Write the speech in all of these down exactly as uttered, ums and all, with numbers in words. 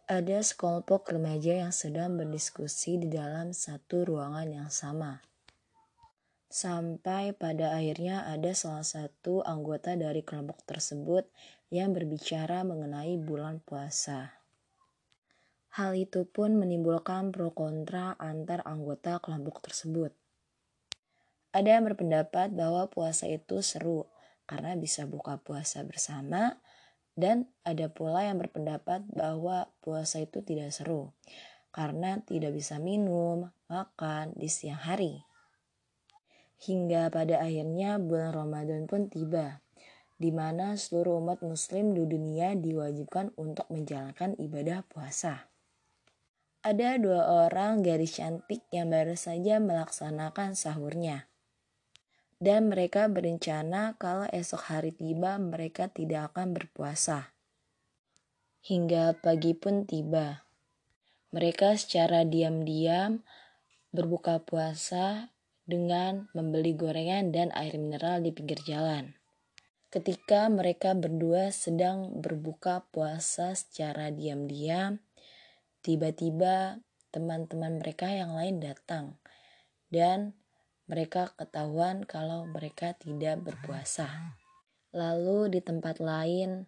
Ada sekelompok remaja yang sedang berdiskusi di dalam satu ruangan yang sama. Sampai pada akhirnya ada salah satu anggota dari kelompok tersebut yang berbicara mengenai bulan puasa. Hal itu pun menimbulkan pro kontra antar anggota kelompok tersebut. Ada yang berpendapat bahwa puasa itu seru karena bisa buka puasa bersama, dan ada pula yang berpendapat bahwa puasa itu tidak seru karena tidak bisa minum, makan di siang hari. Hingga pada akhirnya bulan Ramadan pun tiba, di mana seluruh umat muslim di dunia diwajibkan untuk menjalankan ibadah puasa. Ada dua orang gadis cantik yang baru saja melaksanakan sahurnya. Dan mereka berencana kalau esok hari tiba mereka tidak akan berpuasa. Hingga pagi pun tiba. Mereka secara diam-diam berbuka puasa dengan membeli gorengan dan air mineral di pinggir jalan. Ketika mereka berdua sedang berbuka puasa secara diam-diam, tiba-tiba teman-teman mereka yang lain datang dan mereka ketahuan kalau mereka tidak berpuasa. Lalu di tempat lain,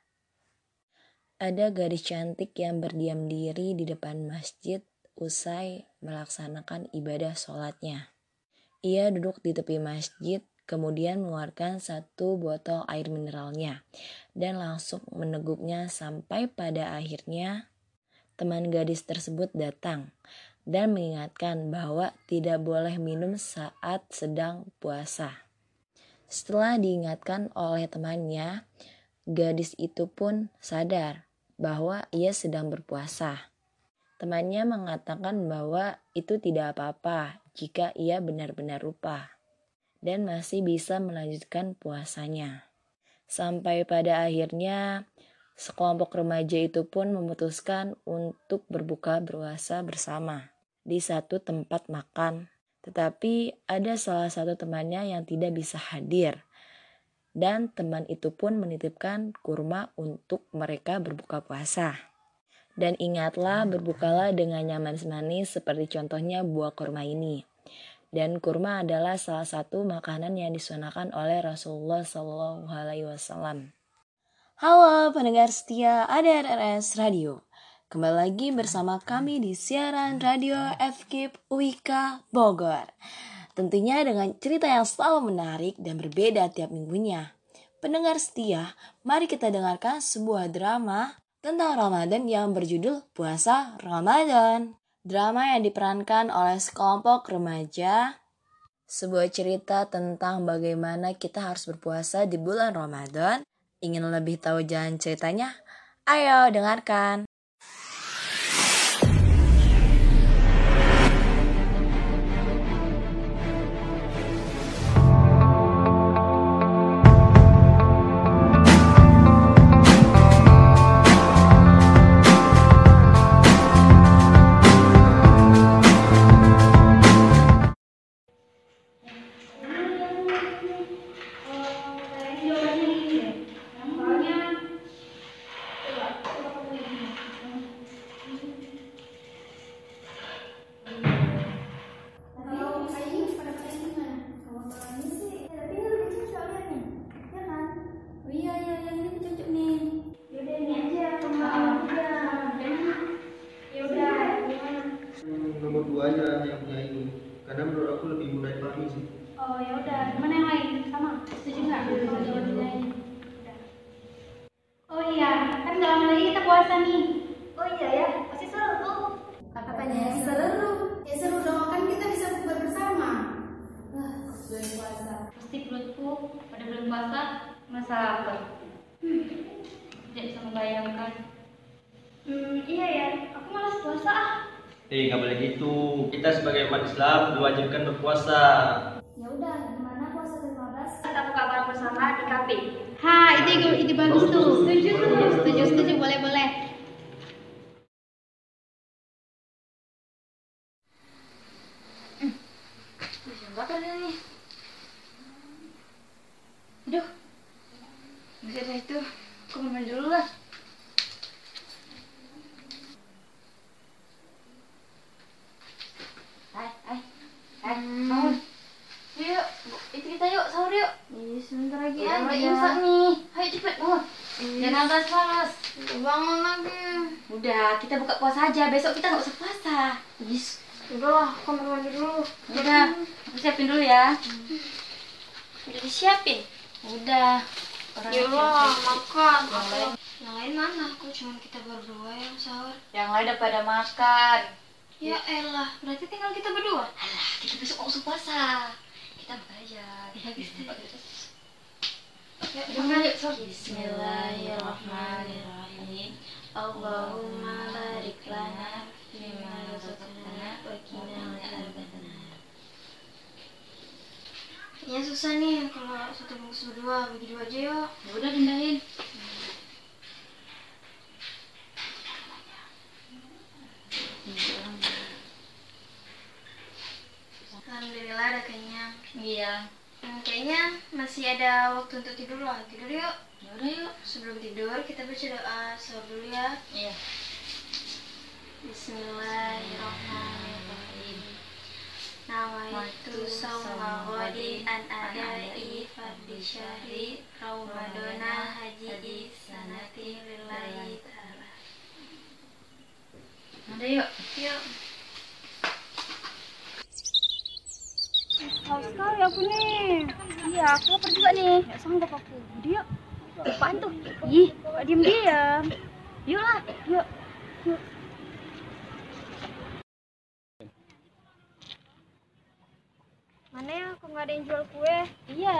ada gadis cantik yang berdiam diri di depan masjid usai melaksanakan ibadah sholatnya. Ia duduk di tepi masjid, kemudian mengeluarkan satu botol air mineralnya dan langsung meneguknya sampai pada akhirnya teman gadis tersebut datang dan mengingatkan bahwa tidak boleh minum saat sedang puasa. Setelah diingatkan oleh temannya, gadis itu pun sadar bahwa ia sedang berpuasa. Temannya mengatakan bahwa itu tidak apa-apa jika ia benar-benar lupa dan masih bisa melanjutkan puasanya. Sampai pada akhirnya sekelompok remaja itu pun memutuskan untuk berbuka puasa bersama di satu tempat makan. Tetapi ada salah satu temannya yang tidak bisa hadir. Dan teman itu pun menitipkan kurma untuk mereka berbuka puasa. Dan ingatlah berbukalah dengan yang manis-manis seperti contohnya buah kurma ini. Dan kurma adalah salah satu makanan yang disunahkan oleh Rasulullah shallallahu alaihi wasallam. Halo pendengar setia A D R R S Radio. Kembali lagi bersama kami di siaran Radio F K I P U I K Bogor. Tentunya dengan cerita yang selalu menarik dan berbeda tiap minggunya. Pendengar setia, mari kita dengarkan sebuah drama tentang Ramadan yang berjudul Puasa Ramadan. Drama yang diperankan oleh sekelompok remaja. Sebuah cerita tentang bagaimana kita harus berpuasa di bulan Ramadan. Ingin lebih tahu jalan ceritanya? Ayo dengarkan. Nomor dua aja yang punya ini, karena menurut aku lebih mudah dipahami sih. Oh ya udah, gimana yang lain? Sama, setuju nggak? Kalau dua-duanya ini. Oh iya, kan nggak lama lagi kita puasa nih. Oh iya ya, pasti seru tuh. Katanya seru, ya seru dong, kan kita bisa bubar bersama. Wah, bulan puasa. Pasti perutku pada bulan puasa masa lapar. Hmm, tidak bisa membayangkan. Hmm, iya ya, aku malas puasa ah. Eh, nggak boleh gitu. Kita sebagai umat Islam diwajibkan berpuasa. Ya udah, gimana puasa lima belas? Kita buka bareng bersama di kafe. Ha, itu ide, ide bagus tuh. Setuju, setuju, setuju, setuju, boleh, boleh. Hmm. Jam berapa nih? Aduh, masih ada itu. Aku mau main dulu lah. makan lagi. Udah, kita buka puasa aja. Besok kita nggak usah puasa. Yes. Udahlah, aku mau mandi dulu. Udah, aku siapin dulu ya. Udah disiapin? Udah. Orang Yalah, makan. Yang Aku, lain? yang lain mana? Aku cuma kita berdua yang sahur. Yang lain udah pada makan. Ya elah, berarti tinggal kita berdua. Alah, kita besok nggak usah puasa. Kita makan aja. Kita bisa. Ya, Dengar yuk, sob. Bismillahirrahmanirrahim. Allahumma barik lana fima razaqtana wa qina adzabannar. ya susah nih kalau satu bungkus berdua, bagi dua aja yuk. Ya udah pindahin. Alhamdulillah udah kenyang. Iya. Hmm, kayaknya masih ada waktu untuk tidur lah. Tidur yuk. Ya udah yuk. Sebelum tidur kita baca doa sahur dulu ya. Iya. Bismillahirrahmanirrahim. Nawaitu sauma ghadin an adai fardhi syahri Ramadana haji sanati lillahi ta'ala. Ada yuk. Yuk. Haus sekali aku nih. Iya, aku lapar juga nih. Gak sanggup aku. Dia, apaan tuh? Ih, kok diam-diam. Yuk lah, yuk. Yuk. Mana ya? Kok nggak ada yang jual kue? Iya.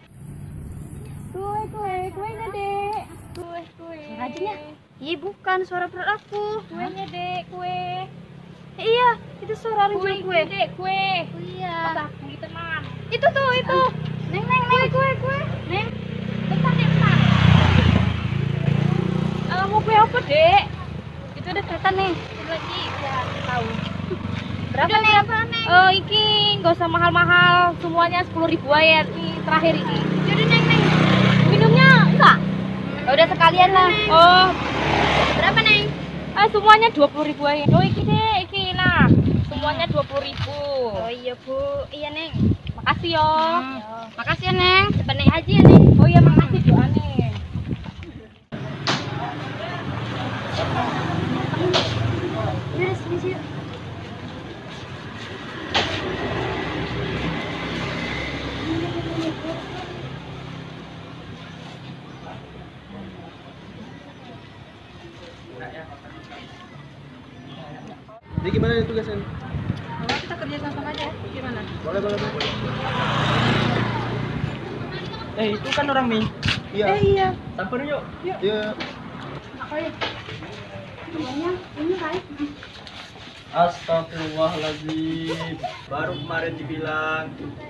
Kue, kue, kuenya dek. Kue, kue. Ngajinya? Ih, bukan suara perut aku. Kuenya dek, kue. Eh, iya, itu suara orang jual kue. Dek, kue. Oh, iya. Apa? Gitu, Mam. Itu tuh, itu. Neng, neng, neng. Kue, kue, kue. Neng. Bentar, dek, bentar. Uh, mau kue apa, dek? Itu ada kereta, Neng. Lagi, ya, tahu. Berapa, Neng? Berapa, Neng? Oh, iki nggak usah mahal-mahal. Semuanya sepuluh ribu aja. Ini terakhir ini. Jadi, Neng, Neng. Minumnya enggak? Ya udah sekalian lah. Oh. Berapa, Neng? Ah, semuanya dua puluh ribu aja. Oh, iki deh, iki nah. Semuanya dua puluh ribu. Oh iya, Bu. Iya, Neng. Makasih yo. Hmm. Makasih ya, Neng. Cepat naik haji ya, Neng. Oh iya, makasih doa, Neng. Udah, sini sih. Jadi gimana nih tugasnya? Kalau kita kerja sama-sama aja, gimana? Boleh, boleh, boleh. Eh, itu kan orang Mi. Iya. Eh iya. Samperin yuk. Iya. Oh iya. Semuanya ini baik. Astagfirullahaladzim. Baru kemarin dibilang.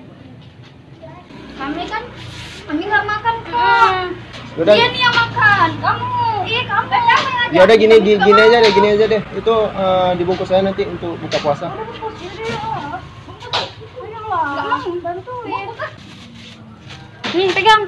Kami kan, kami nggak makan kok. Yaudah. Dia nih yang makan, kamu. Iya, kamu kamu yang aja. Ya udah gini, gini, gini aja deh, gini aja deh. Itu eh, dibungkus saya nanti untuk buka puasa. Udah bungkus, ini deh. Ayolah. Nggak mau bantuin. Nih, pegang.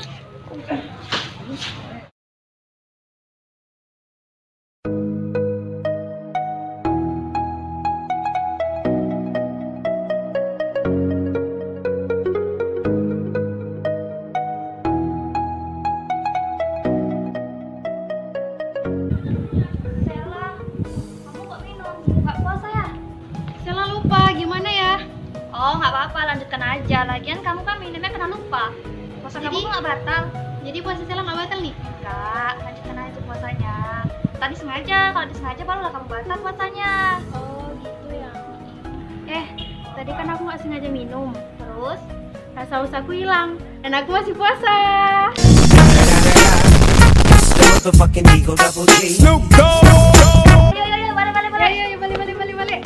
Oh, nggak apa-apa, lanjutkan aja. Lagian kamu kan minumnya kena lupa. Puasa kamu nggak batal. Jadi puasa Sela nggak batal nih? Enggak, lanjutkan aja puasanya. Tadi sengaja, kalau disengaja barulah kamu batal puasanya. Oh, gitu ya. Eh, tadi kan aku nggak sengaja minum. Terus rasa haus aku hilang dan aku masih puasa. Ayo, ayo, ayo, balik, balik, balik. Ayo, ayo, balik, balik, balik, balik.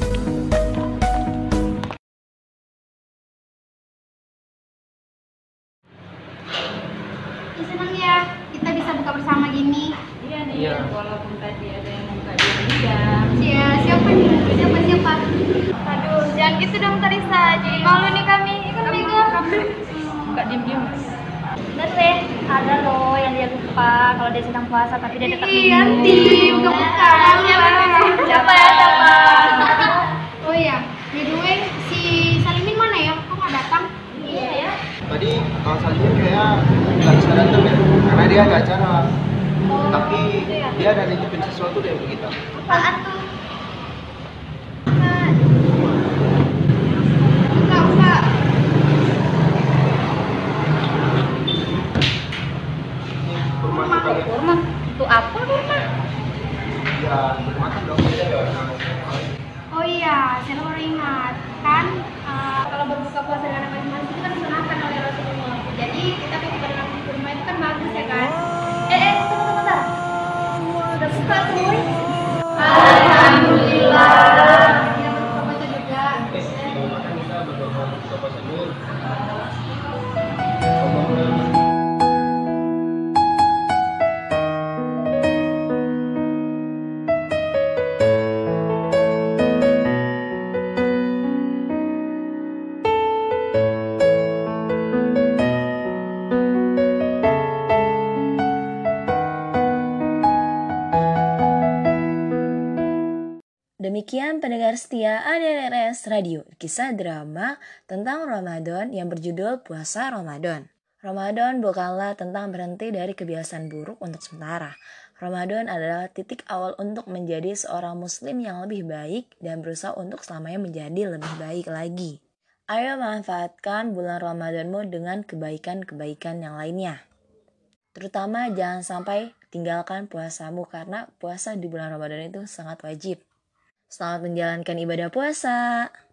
Senang ya, kita bisa buka bersama gini. Iya nih, Iya. walaupun tadi ada yang buka diam-diam. Ya, siapa nih? Siapa siapa? Aduh, jangan gitu dong Tarisa. Jadi malu nih kami. Ikut pegang. Buka diam-diam. Bener deh, ada loh yang dia lupa kalau dia sedang puasa tapi dia tetap Iya, minum. Ti, buka-buka. Siapa? Siapa ya, siapa? Oh iya, by the way, si Salimin mana ya? Kok nggak datang? Iya ya. Tadi kalau Salim kayak nggak bisa datang ya, karena dia ada acara. Oh, Tapi gitu ya? dia ada nitipin nyiapin sesuatu deh untuk kita. Apaan tuh? Bukan. Buka, buka. Ini kurma untuk kalian. Kurma. Itu apa kurma? Ya, untuk makan dong. Oh iya, saya baru ingat. Kan uh, kalau berbuka puasa dengan nama Tuhan itu kan disunahkan oleh Rasulullah. Jadi kita ketika dengan kurma itu kan bagus ya kan? Eh, eh, tunggu, tunggu, bentar. Udah buka tuh. Alhamdulillah. Kita berbuka puasa juga. Eh, sebelum makan kita berdoa buka puasa dulu. Demikian pendengar setia A D R S Radio, kisah drama tentang Ramadan yang berjudul Puasa Ramadan. Ramadan bukanlah tentang berhenti dari kebiasaan buruk untuk sementara. Ramadan adalah titik awal untuk menjadi seorang muslim yang lebih baik dan berusaha untuk selamanya menjadi lebih baik lagi. Ayo manfaatkan bulan Ramadanmu dengan kebaikan-kebaikan yang lainnya. Terutama jangan sampai tinggalkan puasamu karena puasa di bulan Ramadan itu sangat wajib. Selamat menjalankan ibadah puasa.